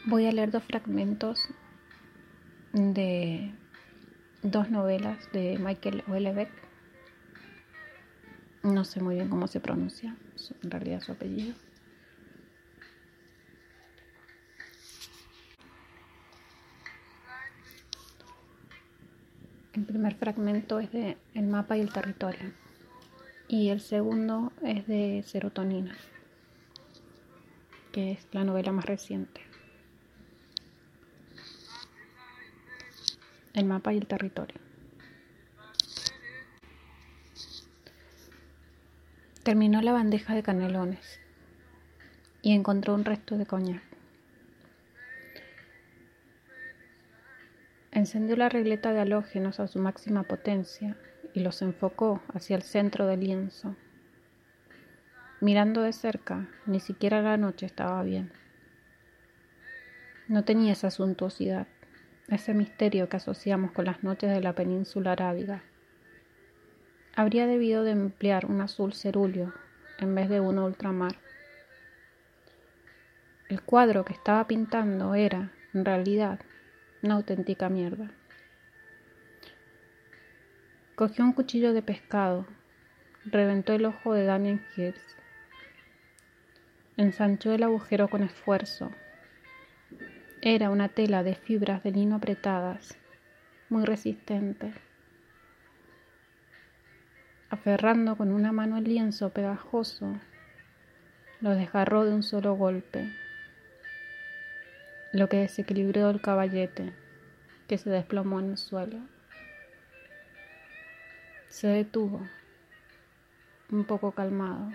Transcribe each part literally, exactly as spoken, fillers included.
Voy a leer dos fragmentos de dos novelas de Michael Houellebecq. No sé muy bien cómo se pronuncia, en realidad su apellido. El primer fragmento es de El mapa y el territorio y el segundo es de Serotonina, que es la novela más reciente. El mapa y el territorio. Terminó la bandeja de canelones y encontró un resto de coñac. Encendió la regleta de halógenos a su máxima potencia y los enfocó hacia el centro del lienzo. Mirando de cerca, ni siquiera la noche estaba bien. No tenía esa suntuosidad, ese misterio que asociamos con las noches de la península arábiga. Habría debido de emplear un azul cerúleo en vez de uno ultramar. El cuadro que estaba pintando era, en realidad, una auténtica mierda. Cogió un cuchillo de pescado, reventó el ojo de Damien Hirst, ensanchó el agujero con esfuerzo. Era una tela de fibras de lino apretadas, muy resistente. Aferrando con una mano el lienzo pegajoso, lo desgarró de un solo golpe, lo que desequilibró el caballete, que se desplomó en el suelo. Se detuvo, un poco calmado.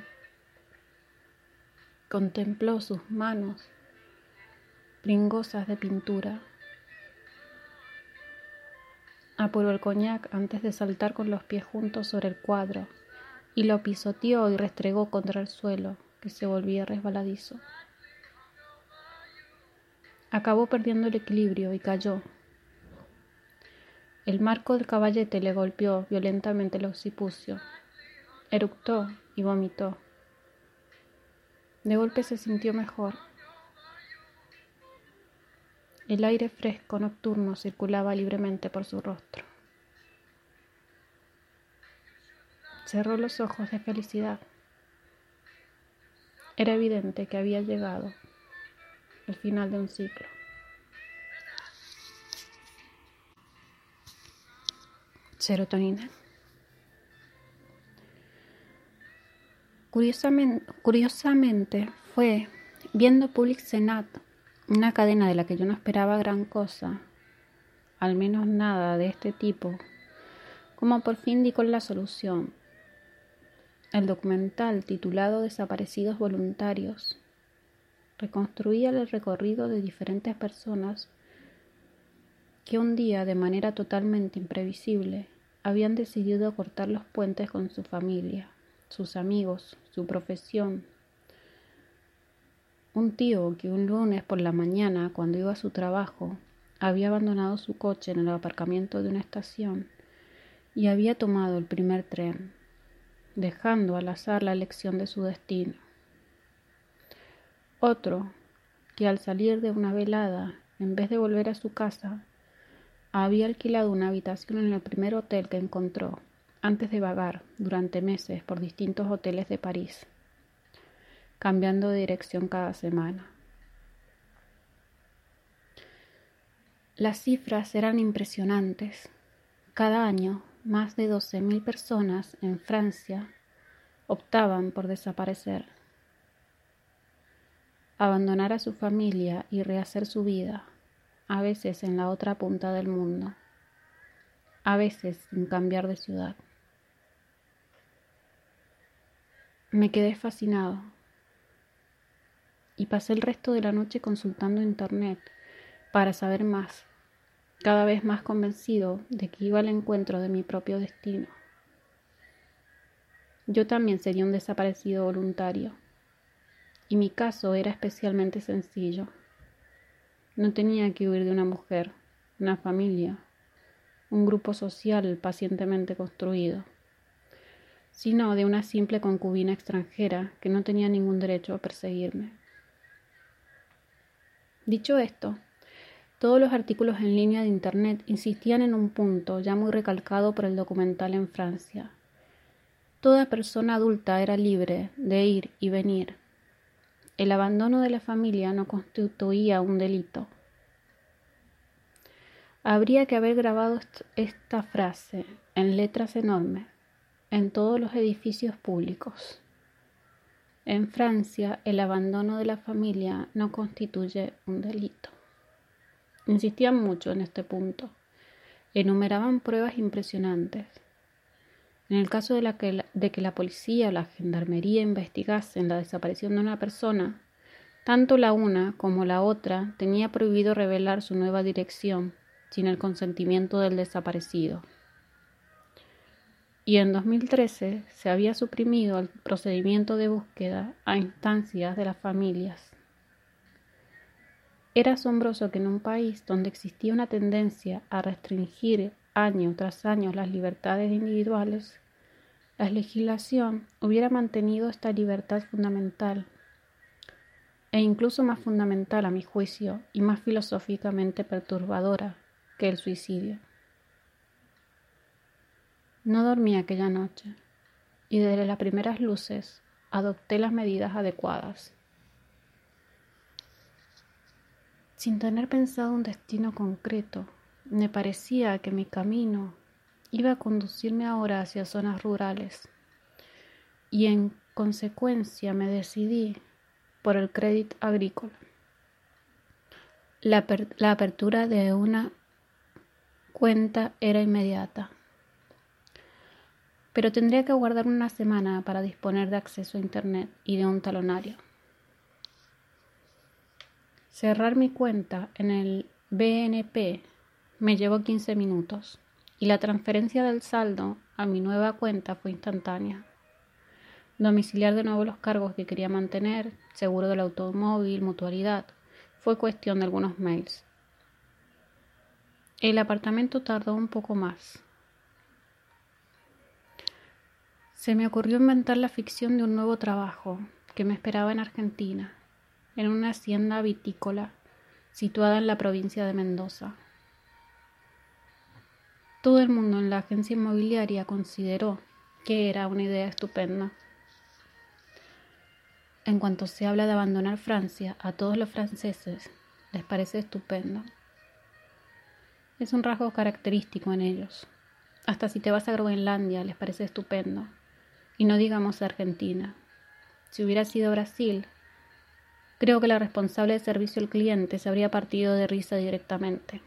Contempló sus manos pringosas de pintura. Apuró el coñac antes de saltar con los pies juntos sobre el cuadro y lo pisoteó y restregó contra el suelo, que se volvía resbaladizo. Acabó perdiendo el equilibrio y cayó. El marco del caballete le golpeó violentamente el occipucio. Eructó y vomitó. De golpe se sintió mejor. El aire fresco nocturno circulaba libremente por su rostro. Cerró los ojos de felicidad. Era evidente que había llegado el final de un ciclo. Serotonina. Curiosamente, curiosamente fue viendo Public Senat, una cadena de la que yo no esperaba gran cosa, al menos nada de este tipo, como por fin di con la solución. El documental titulado Desaparecidos Voluntarios reconstruía el recorrido de diferentes personas que un día, de manera totalmente imprevisible, habían decidido cortar los puentes con su familia, sus amigos, su profesión. Un tío que un lunes por la mañana, cuando iba a su trabajo, había abandonado su coche en el aparcamiento de una estación y había tomado el primer tren, dejando al azar la elección de su destino. Otro que al salir de una velada, en vez de volver a su casa, había alquilado una habitación en el primer hotel que encontró, antes de vagar durante meses por distintos hoteles de París, cambiando de dirección cada semana. Las cifras eran impresionantes. Cada año, más de doce mil personas en Francia optaban por desaparecer, abandonar a su familia y rehacer su vida, a veces en la otra punta del mundo, a veces sin cambiar de ciudad. Me quedé fascinado y pasé el resto de la noche consultando internet para saber más, cada vez más convencido de que iba al encuentro de mi propio destino. Yo también sería un desaparecido voluntario, y mi caso era especialmente sencillo. No tenía que huir de una mujer, una familia, un grupo social pacientemente construido, sino de una simple concubina extranjera que no tenía ningún derecho a perseguirme. Dicho esto, todos los artículos en línea de Internet insistían en un punto ya muy recalcado por el documental en Francia. Toda persona adulta era libre de ir y venir. El abandono de la familia no constituía un delito. Habría que haber grabado esta frase en letras enormes en todos los edificios públicos. En Francia, el abandono de la familia no constituye un delito. Insistían mucho en este punto. Enumeraban pruebas impresionantes. En el caso de, la que, de que la policía o la gendarmería investigasen la desaparición de una persona, tanto la una como la otra tenía prohibido revelar su nueva dirección sin el consentimiento del desaparecido. Y en dos mil trece se había suprimido el procedimiento de búsqueda a instancias de las familias. Era asombroso que en un país donde existía una tendencia a restringir año tras año las libertades individuales, la legislación hubiera mantenido esta libertad fundamental, e incluso más fundamental a mi juicio y más filosóficamente perturbadora que el suicidio. No dormí aquella noche, y desde las primeras luces adopté las medidas adecuadas. Sin tener pensado un destino concreto, me parecía que mi camino iba a conducirme ahora hacia zonas rurales, y en consecuencia me decidí por el crédito agrícola. La, aper- la apertura de una cuenta era inmediata, pero tendría que guardar una semana para disponer de acceso a Internet y de un talonario. Cerrar mi cuenta en el B N P me llevó quince minutos y la transferencia del saldo a mi nueva cuenta fue instantánea. Domiciliar de nuevo los cargos que quería mantener, seguro del automóvil, mutualidad, fue cuestión de algunos mails. El apartamento tardó un poco más. Se me ocurrió inventar la ficción de un nuevo trabajo que me esperaba en Argentina, en una hacienda vitícola situada en la provincia de Mendoza. Todo el mundo en la agencia inmobiliaria consideró que era una idea estupenda. En cuanto se habla de abandonar Francia, a todos los franceses les parece estupendo. Es un rasgo característico en ellos. Hasta si te vas a Groenlandia les parece estupendo. Y no digamos Argentina. Si hubiera sido Brasil, creo que la responsable de servicio al cliente se habría partido de risa directamente.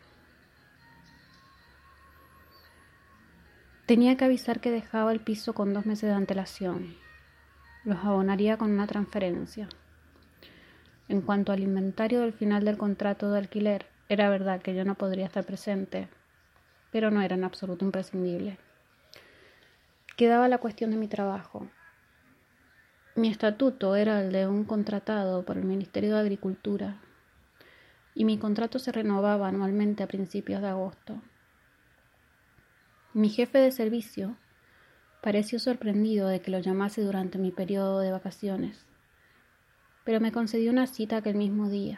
Tenía que avisar que dejaba el piso con dos meses de antelación. Los abonaría con una transferencia. En cuanto al inventario del final del contrato de alquiler, era verdad que yo no podría estar presente, pero no era en absoluto imprescindible. Quedaba la cuestión de mi trabajo. Mi estatuto era el de un contratado por el Ministerio de Agricultura y mi contrato se renovaba anualmente a principios de agosto. Mi jefe de servicio pareció sorprendido de que lo llamase durante mi periodo de vacaciones, pero me concedió una cita aquel mismo día.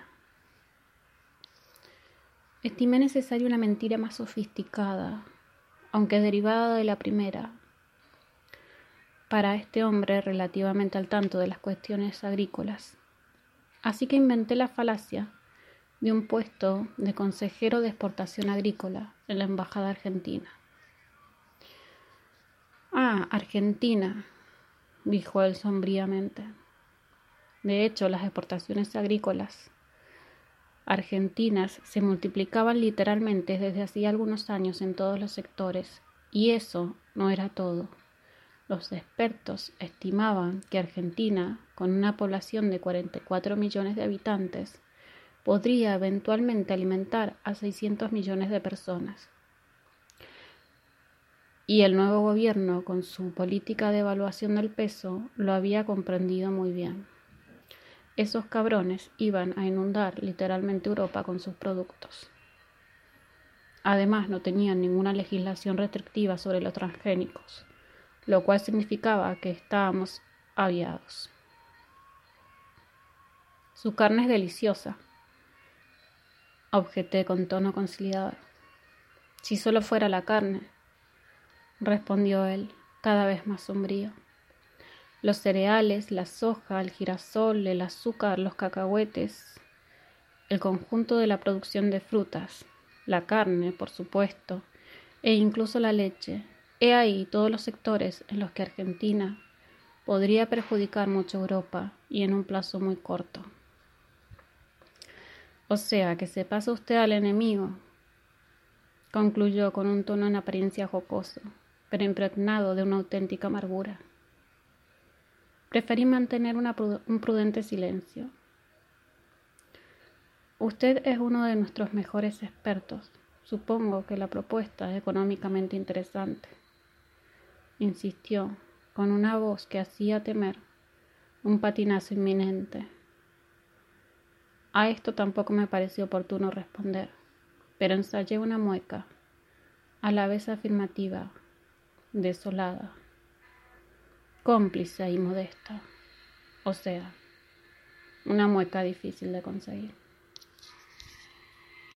Estimé necesaria una mentira más sofisticada, aunque derivada de la primera, para este hombre relativamente al tanto de las cuestiones agrícolas. Así que inventé la falacia de un puesto de consejero de exportación agrícola en la embajada argentina. Ah, Argentina, dijo él sombríamente. De hecho, las exportaciones agrícolas argentinas se multiplicaban literalmente desde hacía algunos años en todos los sectores, y eso no era todo. Los expertos estimaban que Argentina, con una población de cuarenta y cuatro millones de habitantes, podría eventualmente alimentar a seiscientos millones de personas. Y el nuevo gobierno, con su política de evaluación del peso, lo había comprendido muy bien. Esos cabrones iban a inundar literalmente Europa con sus productos. Además, no tenían ninguna legislación restrictiva sobre los transgénicos, lo cual significaba que estábamos aviados. Su carne es deliciosa, objeté con tono conciliador. Si solo fuera la carne, respondió él, cada vez más sombrío. Los cereales, la soja, el girasol, el azúcar, los cacahuetes, el conjunto de la producción de frutas, la carne, por supuesto, e incluso la leche. He ahí todos los sectores en los que Argentina podría perjudicar mucho a Europa y en un plazo muy corto. O sea, que se pasa usted al enemigo, concluyó con un tono en apariencia jocoso, pero impregnado de una auténtica amargura. Preferí mantener una, un prudente silencio. Usted es uno de nuestros mejores expertos. Supongo que la propuesta es económicamente interesante, insistió, con una voz que hacía temer un patinazo inminente. A esto tampoco me pareció oportuno responder, pero ensayé una mueca, a la vez afirmativa, desolada, cómplice y modesta, o sea, una mueca difícil de conseguir.